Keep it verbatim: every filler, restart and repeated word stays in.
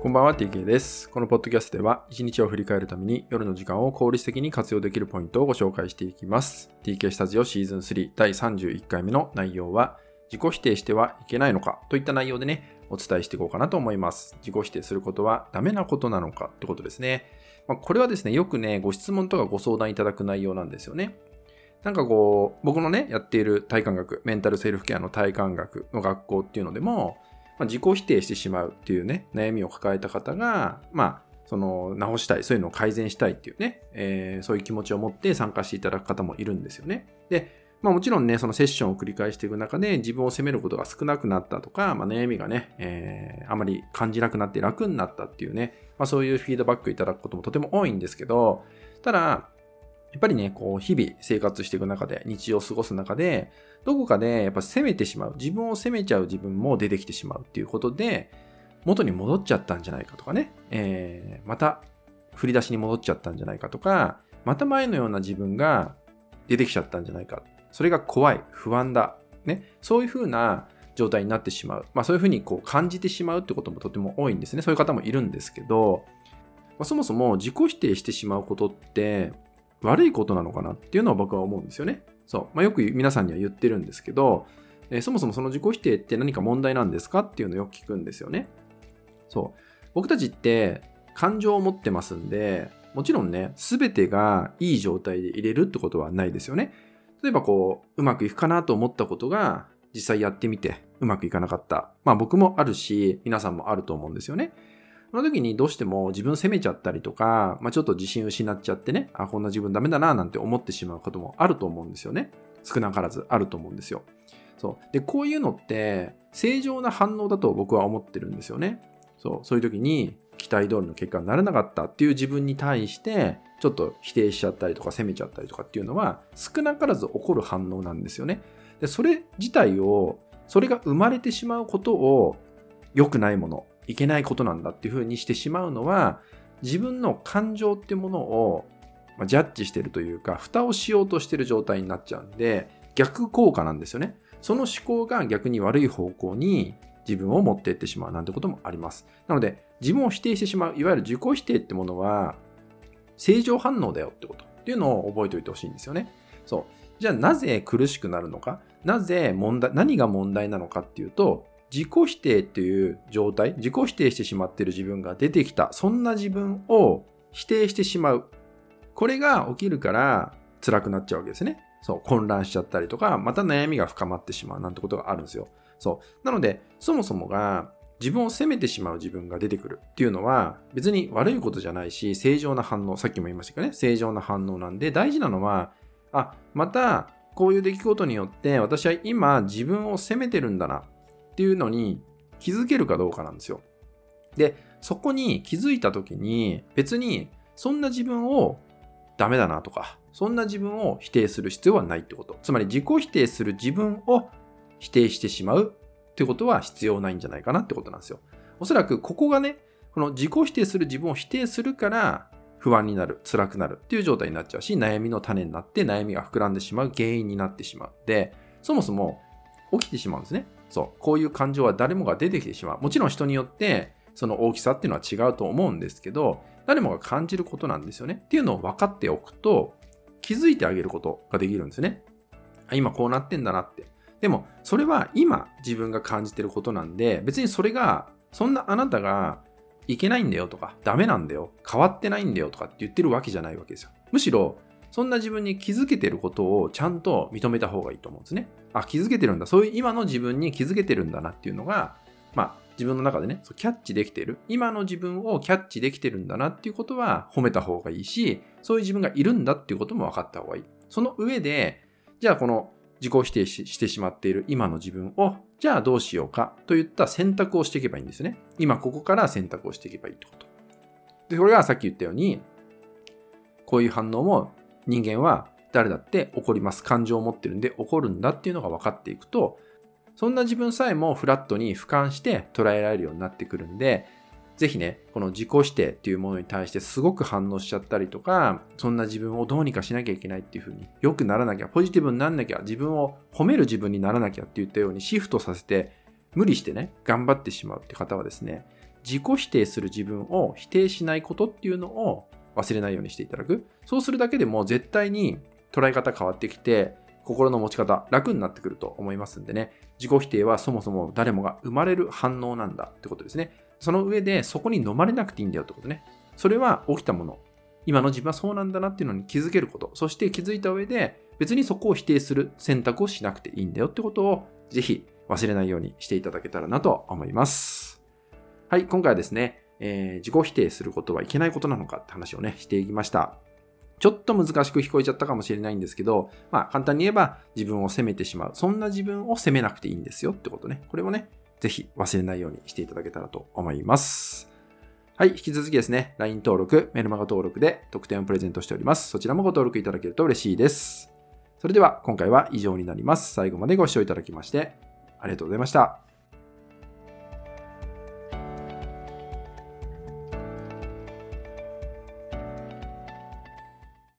こんばんは、ティーケー です。このポッドキャストでは、一日を振り返るために夜の時間を効率的に活用できるポイントをご紹介していきます。ティーケー スタジオシーズンスリーだいさんじゅういっかいめの内容は、自己否定してはいけないのかといった内容でね、お伝えしていこうかなと思います。自己否定することはダメなことなのかってことですね。まあ、これはですね、よくね、ご質問とかご相談いただく内容なんですよね。なんかこう、僕のね、やっている体感学、メンタルセルフケアの体感学の学校っていうのでも、まあ、自己否定してしまうっていうね、悩みを抱えた方が、まあ、その直したい、そういうのを改善したいっていうね、えー、そういう気持ちを持って参加していただく方もいるんですよね。で、まあもちろんね、そのセッションを繰り返していく中で自分を責めることが少なくなったとか、まあ、悩みがね、えー、あまり感じなくなって楽になったっていうね、まあそういうフィードバックいただくこともとても多いんですけど、ただ、やっぱりね、こう、日々生活していく中で、日常を過ごす中で、どこかでやっぱ責めてしまう、自分を責めちゃう自分も出てきてしまうっていうことで、元に戻っちゃったんじゃないかとかね、えー、また振り出しに戻っちゃったんじゃないかとか、また前のような自分が出てきちゃったんじゃないか。それが怖い、不安だ、ね、そういうふうな状態になってしまう。まあそういうふうにこう感じてしまうってこともとても多いんですね。そういう方もいるんですけど、まあ、そもそも自己否定してしまうことって、悪いことなのかなっていうのは僕は思うんですよね。そう。まあ、よく皆さんには言ってるんですけど、えー、そもそもその自己否定って何か問題なんですかっていうのをよく聞くんですよね。そう。僕たちって感情を持ってますんで、もちろんね、すべてがいい状態で入れるってことはないですよね。例えばこう、うまくいくかなと思ったことが、実際やってみてうまくいかなかった。まあ僕もあるし、皆さんもあると思うんですよね。その時にどうしても自分責めちゃったりとか、まあ、ちょっと自信失っちゃってね、あ、こんな自分ダメだななんて思ってしまうこともあると思うんですよね。少なからずあると思うんですよ。そう。で、こういうのって正常な反応だと僕は思ってるんですよね。そう。そういう時に期待通りの結果にならなかったっていう自分に対して、ちょっと否定しちゃったりとか責めちゃったりとかっていうのは少なからず起こる反応なんですよね。で、それ自体を、それが生まれてしまうことを良くないもの、いけないことなんだっていう風にしてしまうのは、自分の感情っていうものをジャッジしてるというか、蓋をしようとしてる状態になっちゃうんで、逆効果なんですよね。その思考が逆に悪い方向に自分を持っていってしまうなんてこともあります。なので、自分を否定してしまう、いわゆる自己否定ってものは、正常反応だよってことっていうのを覚えておいてほしいんですよね。そう。じゃあなぜ苦しくなるのか、なぜ問題、何が問題なのかっていうと、自己否定っていう状態、自己否定してしまっている自分が出てきた、そんな自分を否定してしまう。これが起きるから辛くなっちゃうわけですね。そう、混乱しちゃったりとか、また悩みが深まってしまうなんてことがあるんですよ。そう。なので、そもそもが自分を責めてしまう自分が出てくるっていうのは別に悪いことじゃないし、正常な反応、さっきも言いましたけどね、正常な反応なんで、大事なのは、あ、またこういう出来事によって私は今自分を責めてるんだなっていうのに気づけるかどうかなんですよ。で、そこに気づいたときに別にそんな自分をダメだなとか、そんな自分を否定する必要はないってこと。つまり自己否定する自分を否定してしまうってことは必要ないんじゃないかなってことなんですよ。おそらくここがね、この自己否定する自分を否定するから不安になる、辛くなるっていう状態になっちゃうし、悩みの種になって悩みが膨らんでしまう原因になってしまう。で、そもそも起きてしまうんですね。そう。こういう感情は誰もが出てきてしまう。もちろん人によってその大きさっていうのは違うと思うんですけど、誰もが感じることなんですよね。っていうのを分かっておくと、気づいてあげることができるんですね。今こうなってんだなって。でも、それは今自分が感じてることなんで、別にそれが、そんなあなたがいけないんだよとか、ダメなんだよ、変わってないんだよとかって言ってるわけじゃないわけですよ。むしろ、そんな自分に気づけてることをちゃんと認めた方がいいと思うんですね。あ、気づけてるんだ。そういう今の自分に気づけてるんだなっていうのが、まあ自分の中でね、キャッチできている。今の自分をキャッチできてるんだなっていうことは褒めた方がいいし、そういう自分がいるんだっていうことも分かった方がいい。その上で、じゃあこの自己否定してしまっている今の自分を、じゃあどうしようかといった選択をしていけばいいんですね。今ここから選択をしていけばいいってこと。で、これがさっき言ったように、こういう反応も人間は誰だって起こります。感情を持ってるんで起こるんだっていうのが分かっていくと、そんな自分さえもフラットに俯瞰して捉えられるようになってくるんで、ぜひね、この自己否定っていうものに対してすごく反応しちゃったりとか、そんな自分をどうにかしなきゃいけないっていう風に、良くならなきゃ、ポジティブにならなきゃ、自分を褒める自分にならなきゃって言ったようにシフトさせて、無理してね、頑張ってしまうって方はですね、 自己否定する自分を否定しないことっていうのを忘れないようにしていただく。そうするだけでも絶対に捉え方変わってきて、心の持ち方楽になってくると思いますんでね。自己否定はそもそも誰もが生まれる反応なんだってことですね。その上でそこに飲まれなくていいんだよってことね。それは起きたもの。今の自分はそうなんだなっていうのに気づけること。そして気づいた上で別にそこを否定する選択をしなくていいんだよってことをぜひ忘れないようにしていただけたらなと思います。はい、今回はですね、えー、自己否定することはいけないことなのかって話をね、していきました。ちょっと難しく聞こえちゃったかもしれないんですけど、まあ簡単に言えば自分を責めてしまう。そんな自分を責めなくていいんですよってことね。これをね、ぜひ忘れないようにしていただけたらと思います。はい、引き続きですね、ライン 登録、メルマガ登録で特典をプレゼントしております。そちらもご登録いただけると嬉しいです。それでは今回は以上になります。最後までご視聴いただきましてありがとうございました。